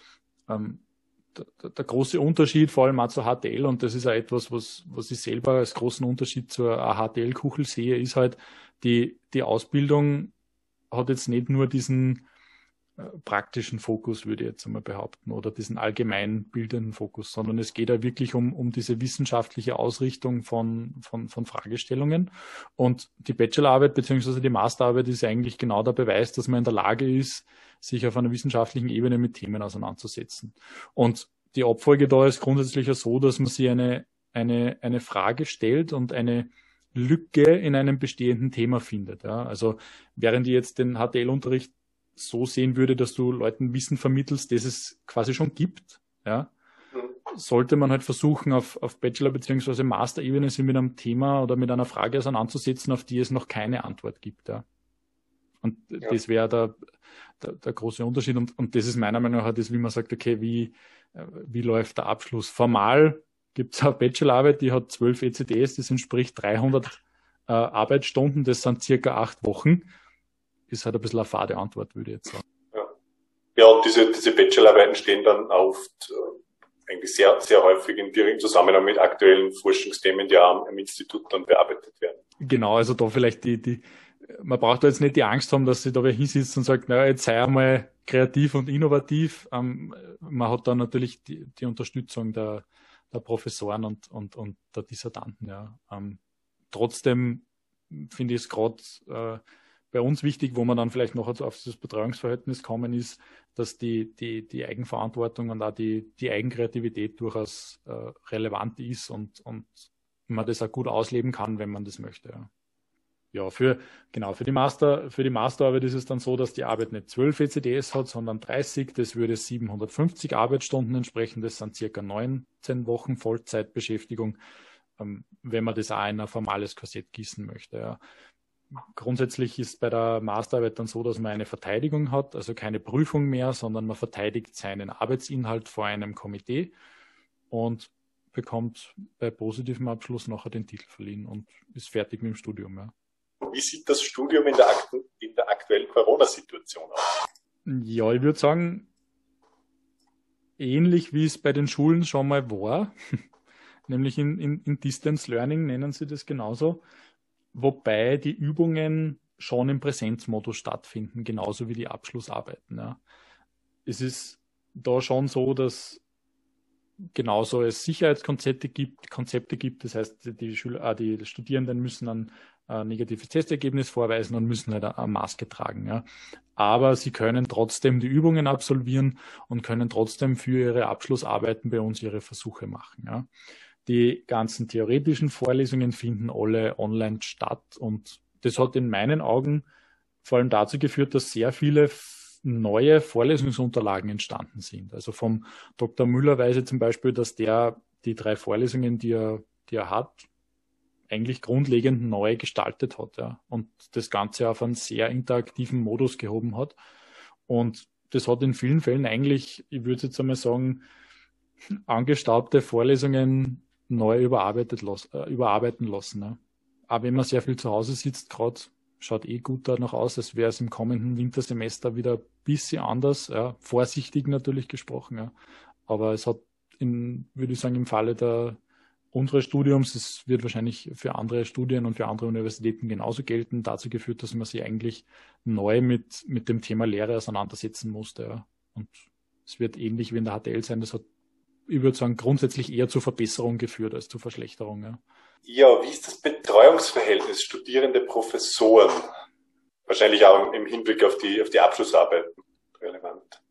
der große Unterschied, vor allem auch zur HTL, und das ist auch etwas, was ich selber als großen Unterschied zur HTL-Kuchel sehe, ist halt, die Ausbildung hat jetzt nicht nur diesen praktischen Fokus, würde ich jetzt einmal behaupten, oder diesen allgemein bildenden Fokus, sondern es geht ja wirklich um diese wissenschaftliche Ausrichtung von Fragestellungen. Und die Bachelorarbeit bzw. die Masterarbeit ist eigentlich genau der Beweis, dass man in der Lage ist, sich auf einer wissenschaftlichen Ebene mit Themen auseinanderzusetzen. Und die Abfolge da ist grundsätzlich ja so, dass man sich eine Frage stellt und eine Lücke in einem bestehenden Thema findet. Ja. Also während ich jetzt den HTL-Unterricht so sehen würde, dass du Leuten Wissen vermittelst, das es quasi schon gibt, ja, sollte man halt versuchen, auf Bachelor- bzw. Master-Ebene sich mit einem Thema oder mit einer Frage auseinanderzusetzen, auf die es noch keine Antwort gibt. Ja. Und das wäre der große Unterschied. Und das ist meiner Meinung nach das, wie man sagt, okay, wie läuft der Abschluss? Formal gibt es eine Bachelorarbeit, die hat 12 ECTS, das entspricht 300 Arbeitsstunden, das sind circa 8 Wochen. Ist halt ein bisschen eine fade Antwort, würde ich jetzt sagen.
Ja, und diese Bachelorarbeiten stehen dann oft eigentlich sehr, sehr häufig in direktem Zusammenhang mit aktuellen Forschungsthemen, die auch am Institut dann bearbeitet werden.
Genau, also da vielleicht man braucht da jetzt nicht die Angst haben, dass sich da wer hinsitzt und sagt, naja, jetzt sei einmal kreativ und innovativ. Man hat da natürlich die Unterstützung der Professoren und der Dissertanten. Ja. Trotzdem finde ich es gerade bei uns wichtig, wo man dann vielleicht noch auf das Betreuungsverhältnis kommen ist, dass die Eigenverantwortung und auch die Eigenkreativität durchaus relevant ist und man das auch gut ausleben kann, wenn man das möchte. Ja, für die Masterarbeit ist es dann so, dass die Arbeit nicht 12 ECTS hat, sondern 30. Das würde 750 Arbeitsstunden entsprechen. Das sind circa 19 Wochen Vollzeitbeschäftigung, wenn man das auch in ein formales Korsett gießen möchte. Ja. Grundsätzlich ist bei der Masterarbeit dann so, dass man eine Verteidigung hat, also keine Prüfung mehr, sondern man verteidigt seinen Arbeitsinhalt vor einem Komitee und bekommt bei positivem Abschluss nachher den Titel verliehen und ist fertig mit dem Studium. Ja.
Wie sieht das Studium in der aktuellen Corona-Situation aus?
Ja, ich würde sagen, ähnlich wie es bei den Schulen schon mal war, nämlich in Distance Learning nennen sie das genauso, wobei die Übungen schon im Präsenzmodus stattfinden, genauso wie die Abschlussarbeiten. Ja. Es ist da schon so, dass genauso es Sicherheitskonzepte gibt, das heißt, die Studierenden müssen dann ein negatives Testergebnis vorweisen und müssen halt eine Maske tragen. Ja. Aber sie können trotzdem die Übungen absolvieren und können trotzdem für ihre Abschlussarbeiten bei uns ihre Versuche machen. Ja. Die ganzen theoretischen Vorlesungen finden alle online statt und das hat in meinen Augen vor allem dazu geführt, dass sehr viele neue Vorlesungsunterlagen entstanden sind. Also vom Dr. Müller weiß ich zum Beispiel, dass der die 3 Vorlesungen, die er hat, eigentlich grundlegend neu gestaltet hat, ja, und das Ganze auf einen sehr interaktiven Modus gehoben hat. Und das hat in vielen Fällen eigentlich, ich würde jetzt einmal sagen, angestaubte Vorlesungen neu überarbeiten lassen. Ja. Aber wenn man sehr viel zu Hause sitzt, gerade schaut gut danach aus, als wäre es im kommenden Wintersemester wieder ein bisschen anders, ja, vorsichtig natürlich gesprochen, ja. Aber es hat würde ich sagen, im Falle unseres Studiums, es wird wahrscheinlich für andere Studien und für andere Universitäten genauso gelten, dazu geführt, dass man sich eigentlich neu mit dem Thema Lehre auseinandersetzen musste. Ja. Und es wird ähnlich wie in der HTL sein, das hat, ich würde sagen, grundsätzlich eher zur Verbesserung geführt als zur Verschlechterung. Ja.
Ja, wie ist das Betreuungsverhältnis Studierende-Professoren? Wahrscheinlich auch im Hinblick auf die Abschlussarbeiten relevant.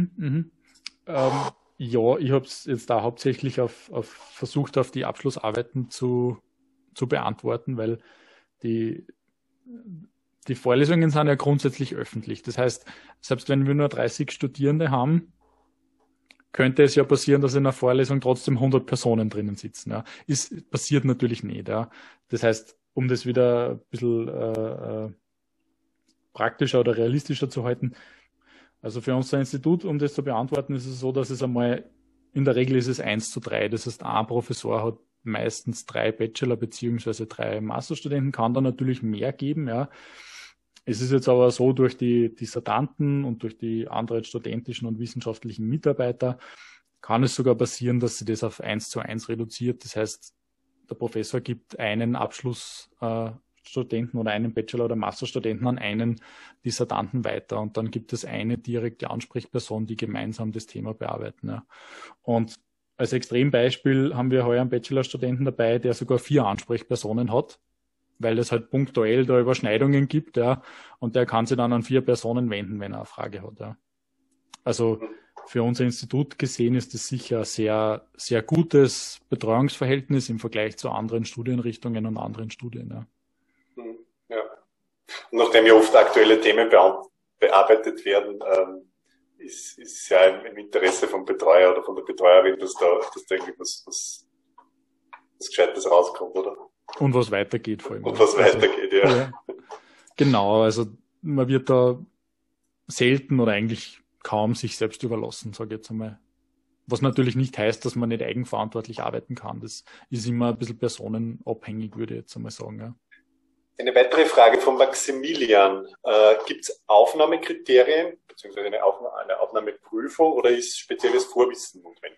Ja, ich habe es jetzt da hauptsächlich versucht, auf die Abschlussarbeiten zu beantworten, weil die Vorlesungen sind ja grundsätzlich öffentlich. Das heißt, selbst wenn wir nur 30 Studierende haben, könnte es ja passieren, dass in einer Vorlesung trotzdem 100 Personen drinnen sitzen. Ja. Passiert natürlich nicht. Ja. Das heißt, um das wieder ein bisschen praktischer oder realistischer zu halten, also für unser Institut, um das zu beantworten, ist es so, dass es einmal, in der Regel ist es 1:3. Das heißt, ein Professor hat meistens 3 Bachelor- bzw. 3 Masterstudenten, kann da natürlich mehr geben. Ja. Es ist jetzt aber so, durch die Dissertanten und durch die anderen studentischen und wissenschaftlichen Mitarbeiter kann es sogar passieren, dass sie das auf 1:1 reduziert. Das heißt, der Professor gibt einen Abschlussstudenten oder einen Bachelor- oder Masterstudenten an einen Dissertanten weiter und dann gibt es eine direkte Ansprechperson, die gemeinsam das Thema bearbeiten. Ja. Und als Extrembeispiel haben wir heuer einen Bachelorstudenten dabei, der sogar 4 Ansprechpersonen hat, weil es halt punktuell da Überschneidungen gibt, ja, und der kann sich dann an 4 Personen wenden, wenn er eine Frage hat. Ja. Also für unser Institut gesehen ist es sicher ein sehr, sehr gutes Betreuungsverhältnis im Vergleich zu anderen Studienrichtungen und anderen Studien. Ja.
Ja. Und nachdem ja oft aktuelle Themen bearbeitet werden, ist ja im Interesse vom Betreuer oder von der Betreuerin, dass da irgendwie was Gescheites rauskommt, oder?
Und was weitergeht vor allem.
Und was weitergeht, ja.
Genau, also man wird da selten oder eigentlich kaum sich selbst überlassen, sage ich jetzt einmal. Was natürlich nicht heißt, dass man nicht eigenverantwortlich arbeiten kann. Das ist immer ein bisschen personenabhängig, würde ich jetzt einmal sagen. Ja.
Eine weitere Frage von Maximilian. Gibt es Aufnahmekriterien bzw. eine Aufnahmeprüfung oder ist spezielles Vorwissen notwendig?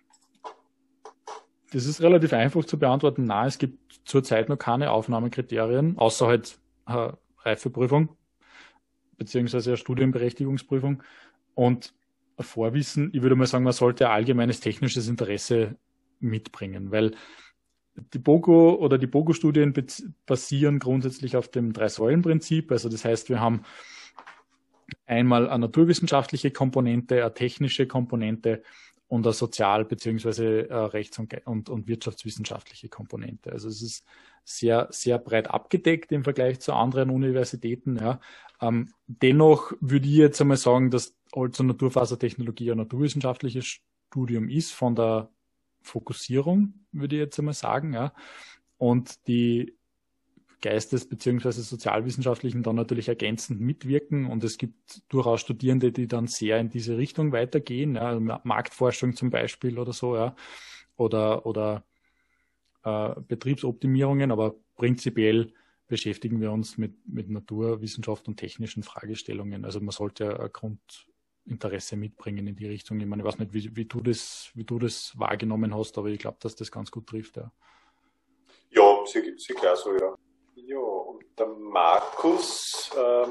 Das ist relativ einfach zu beantworten. Nein, es gibt zurzeit noch keine Aufnahmekriterien, außer halt eine Reifeprüfung beziehungsweise eine Studienberechtigungsprüfung. Und ein Vorwissen, ich würde mal sagen, man sollte ein allgemeines technisches Interesse mitbringen, weil die BOGO oder die BOGO-Studien basieren grundsätzlich auf dem 3-Säulen-Prinzip. Also das heißt, wir haben einmal eine naturwissenschaftliche Komponente, eine technische Komponente und eine sozial- bzw. rechts- und wirtschaftswissenschaftliche Komponente. Also es ist sehr, sehr breit abgedeckt im Vergleich zu anderen Universitäten. Ja. Dennoch würde ich jetzt einmal sagen, dass Holz- und Naturfasertechnologie ein naturwissenschaftliches Studium ist, von der Fokussierung, würde ich jetzt einmal sagen. Ja. Und die Geistes- bzw. sozialwissenschaftlichen dann natürlich ergänzend mitwirken. Und es gibt durchaus Studierende, die dann sehr in diese Richtung weitergehen, ja, Marktforschung zum Beispiel oder so, ja, oder Betriebsoptimierungen, aber prinzipiell beschäftigen wir uns mit Naturwissenschaft und technischen Fragestellungen. Also man sollte ein Grundinteresse mitbringen in die Richtung. Ich meine, ich weiß nicht, wie du das wahrgenommen hast, aber ich glaube, dass das ganz gut trifft, ja.
Ja, sie klar so, ja. Ja, und der Markus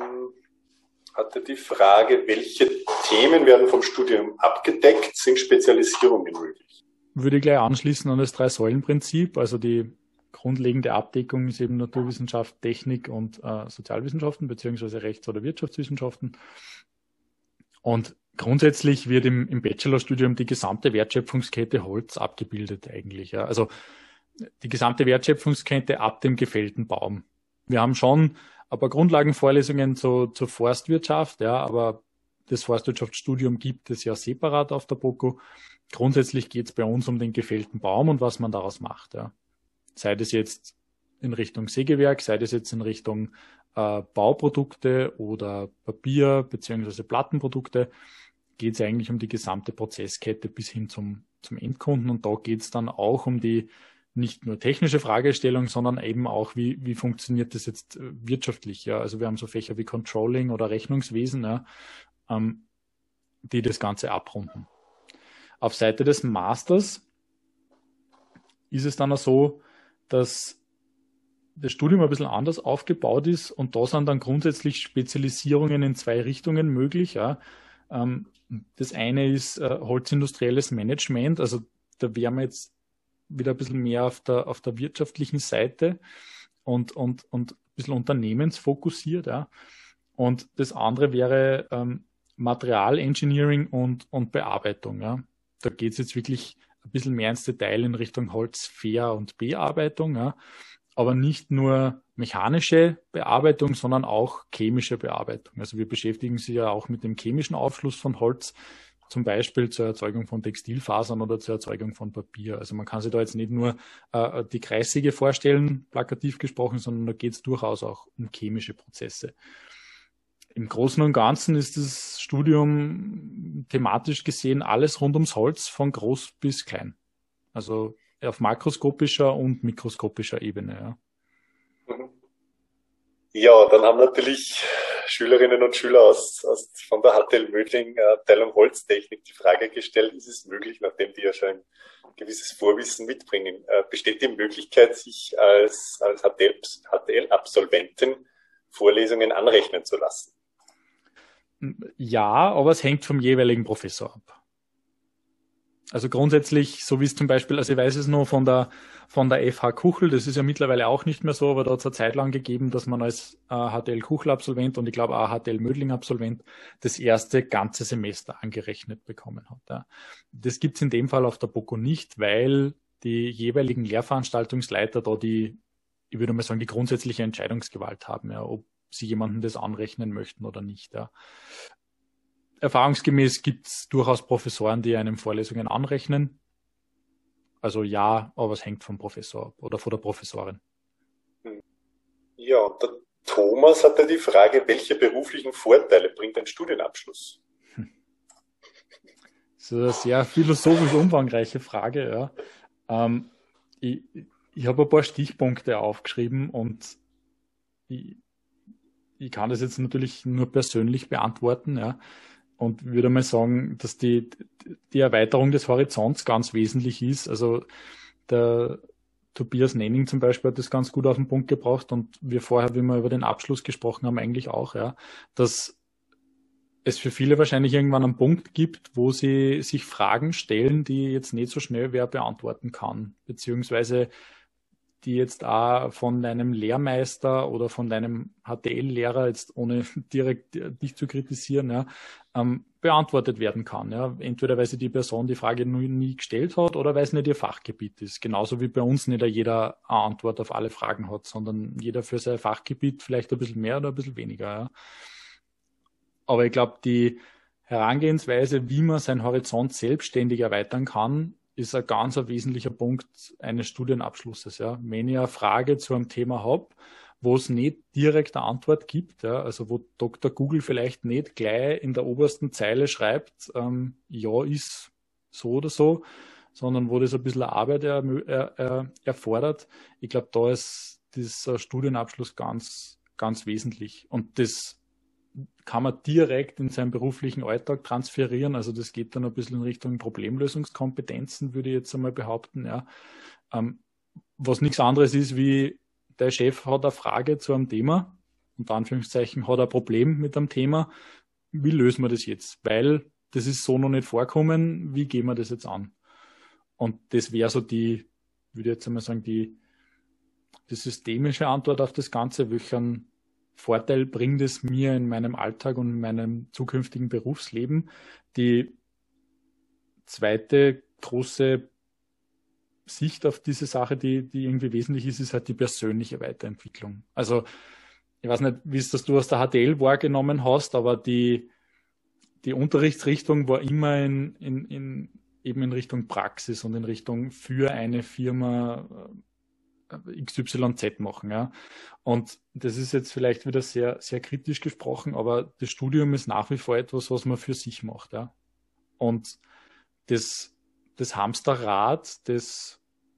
hatte die Frage, welche Themen werden vom Studium abgedeckt? Sind Spezialisierungen möglich?
Würde ich gleich anschließen an das Drei-Säulen-Prinzip. Also die grundlegende Abdeckung ist eben Naturwissenschaft, Technik und Sozialwissenschaften beziehungsweise Rechts- oder Wirtschaftswissenschaften. Und grundsätzlich wird im Bachelorstudium die gesamte Wertschöpfungskette Holz abgebildet eigentlich. Ja. Also die gesamte Wertschöpfungskette ab dem gefällten Baum. Wir haben schon ein paar Grundlagenvorlesungen zur Forstwirtschaft, ja, aber das Forstwirtschaftsstudium gibt es ja separat auf der BOKU. Grundsätzlich geht es bei uns um den gefällten Baum und was man daraus macht. Ja. Sei das jetzt in Richtung Sägewerk, sei das jetzt in Richtung Bauprodukte oder Papier- bzw. Plattenprodukte, geht es eigentlich um die gesamte Prozesskette bis hin zum Endkunden. Und da geht es dann auch um die nicht nur technische Fragestellung, sondern eben auch, wie funktioniert das jetzt wirtschaftlich. Ja? Also wir haben so Fächer wie Controlling oder Rechnungswesen, ja, die das Ganze abrunden. Auf Seite des Masters ist es dann auch so, dass das Studium ein bisschen anders aufgebaut ist und da sind dann grundsätzlich Spezialisierungen in zwei Richtungen möglich. Ja. Das eine ist holzindustrielles Management, also da wären wir jetzt wieder ein bisschen mehr auf der wirtschaftlichen Seite und ein bisschen unternehmensfokussiert. Ja. Und das andere wäre Materialengineering und Bearbeitung. Ja. Da geht es jetzt wirklich ein bisschen mehr ins Detail in Richtung Holzfair- und Bearbeitung. Ja. Aber nicht nur mechanische Bearbeitung, sondern auch chemische Bearbeitung. Also wir beschäftigen sich ja auch mit dem chemischen Aufschluss von Holz, zum Beispiel zur Erzeugung von Textilfasern oder zur Erzeugung von Papier. Also man kann sich da jetzt nicht nur die Kreissäge vorstellen, plakativ gesprochen, sondern da geht es durchaus auch um chemische Prozesse. Im Großen und Ganzen ist das Studium thematisch gesehen alles rund ums Holz, von groß bis klein. Also auf makroskopischer und mikroskopischer Ebene. Ja.
Ja, dann haben natürlich Schülerinnen und Schüler von der HTL Mödling Abteilung Holztechnik die Frage gestellt, ist es möglich, nachdem die ja schon ein gewisses Vorwissen mitbringen, besteht die Möglichkeit, sich als HTL-Absolventin Vorlesungen anrechnen zu lassen?
Ja, aber es hängt vom jeweiligen Professor ab. Also grundsätzlich, so wie es zum Beispiel, also ich weiß es nur von der FH Kuchel, das ist ja mittlerweile auch nicht mehr so, aber da hat es eine Zeit lang gegeben, dass man als HTL Kuchel-Absolvent und ich glaube auch HTL Mödling-Absolvent das erste ganze Semester angerechnet bekommen hat. Ja. Das gibt's in dem Fall auf der BOKU nicht, weil die jeweiligen Lehrveranstaltungsleiter da ich würde mal sagen, die grundsätzliche Entscheidungsgewalt haben, ja, ob sie jemandem das anrechnen möchten oder nicht. Ja. Erfahrungsgemäß gibt es durchaus Professoren, die einem Vorlesungen anrechnen. Also ja, aber es hängt vom Professor ab oder von der Professorin.
Ja, und der Thomas hatte die Frage, welche beruflichen Vorteile bringt ein Studienabschluss?
Das ist eine sehr philosophisch umfangreiche Frage. Ja. Ich habe ein paar Stichpunkte aufgeschrieben und ich kann das jetzt natürlich nur persönlich beantworten. Ja. Und würde mal sagen, dass die Erweiterung des Horizonts ganz wesentlich ist. Also der Tobias Nenning zum Beispiel hat das ganz gut auf den Punkt gebracht und wir vorher, wie wir über den Abschluss gesprochen haben, eigentlich auch, ja, dass es für viele wahrscheinlich irgendwann einen Punkt gibt, wo sie sich Fragen stellen, die jetzt nicht so schnell wer beantworten kann, beziehungsweise die jetzt auch von deinem Lehrmeister oder von deinem HTL-Lehrer, jetzt ohne direkt dich zu kritisieren, ja, beantwortet werden kann. Ja. Entweder weil sich die Person die Frage nie gestellt hat oder weil es nicht ihr Fachgebiet ist. Genauso wie bei uns nicht jeder eine Antwort auf alle Fragen hat, sondern jeder für sein Fachgebiet vielleicht ein bisschen mehr oder ein bisschen weniger. Ja. Aber ich glaube, die Herangehensweise, wie man seinen Horizont selbstständig erweitern kann, ist ein ganz wesentlicher Punkt eines Studienabschlusses. Ja. Wenn ich eine Frage zu einem Thema habe, wo es nicht direkt eine Antwort gibt, ja, also wo Dr. Google vielleicht nicht gleich in der obersten Zeile schreibt, ja, ist so oder so, sondern wo das ein bisschen Arbeit erfordert. Ich glaube, da ist dieser Studienabschluss ganz, ganz wesentlich. Und das kann man direkt in seinen beruflichen Alltag transferieren. Also das geht dann ein bisschen in Richtung Problemlösungskompetenzen, würde ich jetzt einmal behaupten. Ja. Was nichts anderes ist, wie der Chef hat eine Frage zu einem Thema, unter Anführungszeichen hat ein Problem mit einem Thema. Wie lösen wir das jetzt? Weil das ist so noch nicht vorkommen. Wie gehen wir das jetzt an? Und das wäre so die, würde ich jetzt einmal sagen, die systemische Antwort auf das Ganze. Welchen Vorteil bringt es mir in meinem Alltag und in meinem zukünftigen Berufsleben? Die zweite große Sicht auf diese Sache, die irgendwie wesentlich ist, ist halt die persönliche Weiterentwicklung. Also ich weiß nicht, wie es das du aus der HTL wahrgenommen hast, aber die Unterrichtsrichtung war immer eben in Richtung Praxis und in Richtung für eine Firma XYZ machen. Ja. Und das ist jetzt vielleicht wieder sehr, sehr kritisch gesprochen, aber das Studium ist nach wie vor etwas, was man für sich macht. Ja. Und das Hamsterrad des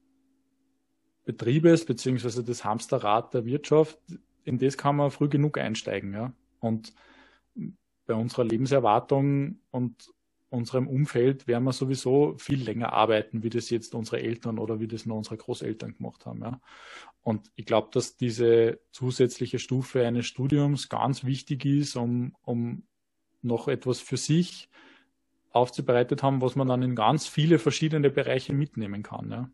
Betriebes beziehungsweise das Hamsterrad der Wirtschaft, in das kann man früh genug einsteigen. Ja. Und bei unserer Lebenserwartung und unserem Umfeld werden wir sowieso viel länger arbeiten, wie das jetzt unsere Eltern oder wie das noch unsere Großeltern gemacht haben. Ja. Und ich glaube, dass diese zusätzliche Stufe eines Studiums ganz wichtig ist, um noch etwas für sich aufzubereitet haben, was man dann in ganz viele verschiedene Bereiche mitnehmen kann. Ja.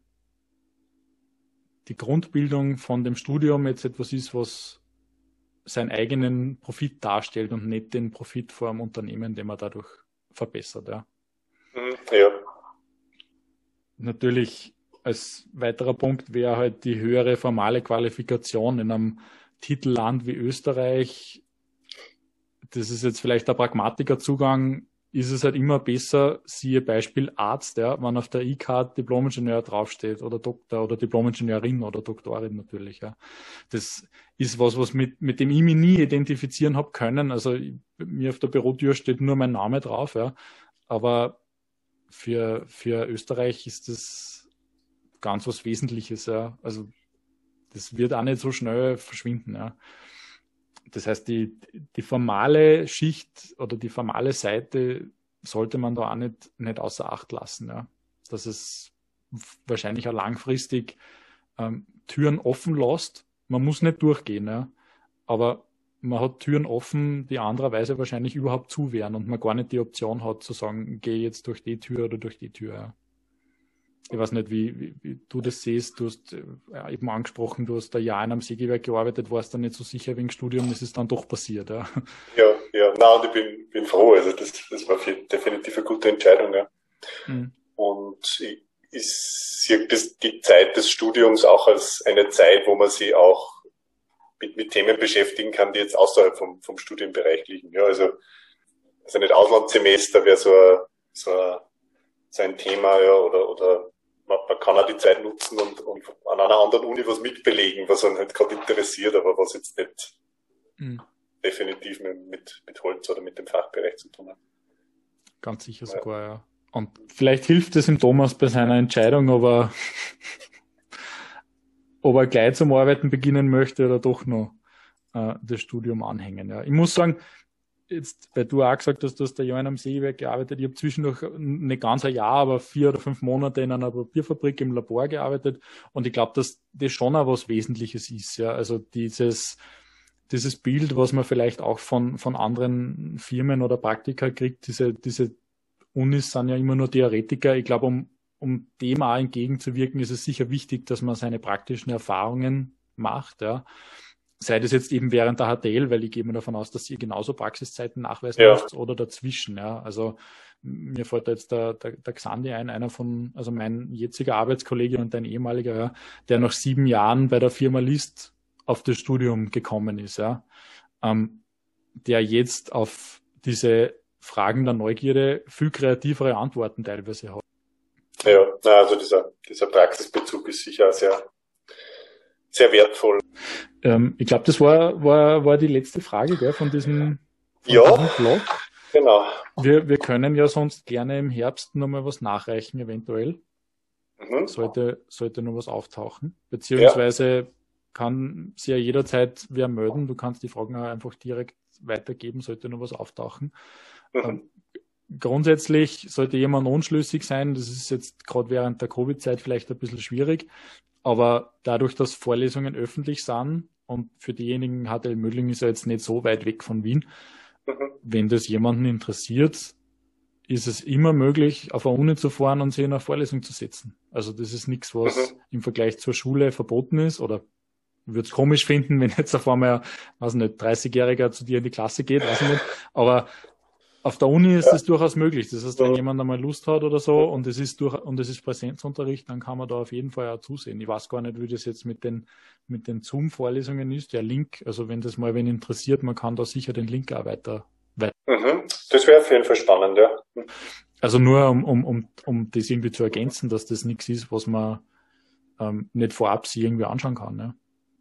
Die Grundbildung von dem Studium jetzt etwas ist, was seinen eigenen Profit darstellt und nicht den Profit vor einem Unternehmen, den man dadurch verbessert. Ja.
Ja.
Natürlich als weiterer Punkt wäre halt die höhere formale Qualifikation in einem Titelland wie Österreich. Das ist jetzt vielleicht der Pragmatikerzugang, ist es halt immer besser, siehe Beispiel Arzt, ja, wenn auf der E-Card Diplom-Ingenieur draufsteht oder Doktor oder Diplom-Ingenieurin oder Doktorin natürlich. Ja. Das ist was mit dem ich mich nie identifizieren habe können. Also mir auf der Bürotür steht nur mein Name drauf, ja. Aber für Österreich ist das ganz was Wesentliches, ja. Also das wird auch nicht so schnell verschwinden, ja. Das heißt, die formale Schicht oder die formale Seite sollte man da auch nicht außer Acht lassen. Ja. Dass es wahrscheinlich auch langfristig Türen offen lässt. Man muss nicht durchgehen, ja. Aber man hat Türen offen, die andererweise wahrscheinlich überhaupt zu wären und man gar nicht die Option hat zu sagen, gehe jetzt durch die Tür oder durch die Tür. Ja. Ich weiß nicht, wie du das siehst. Du hast eben angesprochen, du hast ein Jahr in einem Sägewerk gearbeitet, warst dann nicht so sicher wegen Studium, es ist dann doch passiert. Ja,
und ich bin froh. Also das war definitiv eine gute Entscheidung. Ja. Und ich sehe die Zeit des Studiums auch als eine Zeit, wo man sich auch mit Themen beschäftigen kann, die jetzt außerhalb vom Studienbereich liegen. Ja, also nicht Auslandssemester wäre so ein Thema, ja, oder man kann auch die Zeit nutzen und an einer anderen Uni was mitbelegen, was einen halt gerade interessiert, aber was jetzt nicht definitiv mit Holz oder mit dem Fachbereich zu tun hat.
Ganz sicher sogar, ja. Und vielleicht hilft es dem Thomas bei seiner Entscheidung, ob er gleich zum Arbeiten beginnen möchte oder doch noch das Studium anhängen. Ja. Ich muss sagen, jetzt, weil du auch gesagt hast, du hast ein Jahr in einem Sägewerk gearbeitet, ich habe zwischendurch nicht ganz ein Jahr, aber 4 oder 5 Monate in einer Papierfabrik im Labor gearbeitet und ich glaube, dass das schon auch was Wesentliches ist. Ja. Also dieses Bild, was man vielleicht auch von anderen Firmen oder Praktika kriegt, diese Unis sind ja immer nur Theoretiker. Ich glaube, um um dem auch entgegenzuwirken, ist es sicher wichtig, dass man seine praktischen Erfahrungen macht, ja. Sei das jetzt eben während der HTL, weil ich gehe mal davon aus, dass ihr genauso Praxiszeiten nachweisen müsst oder dazwischen, ja. Also mir fällt da jetzt der Xandi ein, also mein jetziger Arbeitskollege und ein ehemaliger, ja, der nach 7 Jahren bei der Firma List auf das Studium gekommen ist, ja. Der jetzt auf diese Fragen der Neugierde viel kreativere Antworten teilweise hat.
Ja, also dieser Praxisbezug ist sicher sehr, sehr wertvoll.
Ich glaube, das war die letzte Frage, gell, von diesem Blog.
Genau.
Wir können ja sonst gerne im Herbst nochmal was nachreichen, eventuell. Sollte noch was auftauchen. Beziehungsweise kann sich ja jederzeit wer melden. Du kannst die Fragen auch einfach direkt weitergeben, sollte noch was auftauchen. Grundsätzlich sollte jemand unschlüssig sein, das ist jetzt gerade während der Covid-Zeit vielleicht ein bisschen schwierig, aber dadurch, dass Vorlesungen öffentlich sind und für diejenigen, HTL Mödling ist ja jetzt nicht so weit weg von Wien, wenn das jemanden interessiert, ist es immer möglich, auf eine Uni zu fahren und sich in eine Vorlesung zu setzen. Also das ist nichts, was im Vergleich zur Schule verboten ist, oder ich würde es komisch finden, wenn jetzt auf einmal, weiß nicht, 30-Jähriger zu dir in die Klasse geht, weiß ich nicht, aber auf der Uni ist das durchaus möglich. Das heißt, wenn jemand einmal Lust hat oder so und es ist Präsenzunterricht, dann kann man da auf jeden Fall auch zusehen. Ich weiß gar nicht, wie das jetzt mit den Zoom-Vorlesungen ist. Der Link, also wenn das mal wen interessiert, man kann da sicher den Link auch weiter.
Das wäre auf jeden Fall spannend, ja.
Also nur um das irgendwie zu ergänzen, dass das nichts ist, was man nicht vorab sich irgendwie anschauen kann. Ja,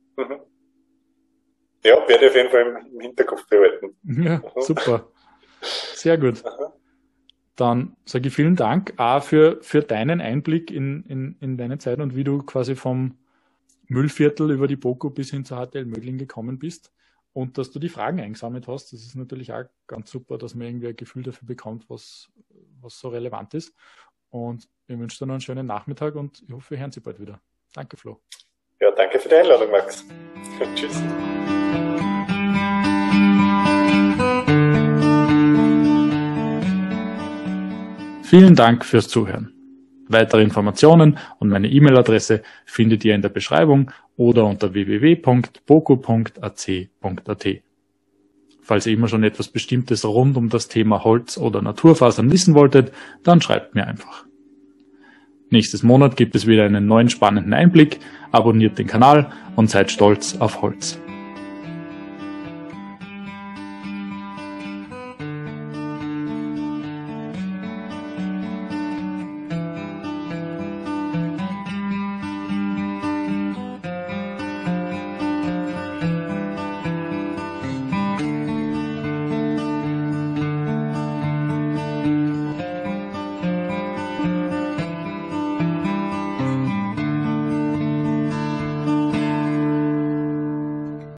ja, werde ich auf jeden Fall im Hinterkopf behalten.
Ja, super. Sehr gut. Dann sage ich vielen Dank auch für deinen Einblick in deine Zeit und wie du quasi vom Müllviertel über die BOKU bis hin zur HTL Mödling gekommen bist und dass du die Fragen eingesammelt hast. Das ist natürlich auch ganz super, dass man irgendwie ein Gefühl dafür bekommt, was so relevant ist. Und ich wünsche dir noch einen schönen Nachmittag und ich hoffe, wir hören Sie bald wieder. Danke, Flo.
Ja, danke für die Einladung, Max. Tschüss.
Vielen Dank fürs Zuhören. Weitere Informationen und meine E-Mail-Adresse findet ihr in der Beschreibung oder unter www.boku.ac.at. Falls ihr immer schon etwas Bestimmtes rund um das Thema Holz oder Naturfasern wissen wolltet, dann schreibt mir einfach. Nächstes Monat gibt es wieder einen neuen spannenden Einblick. Abonniert den Kanal und seid stolz auf Holz.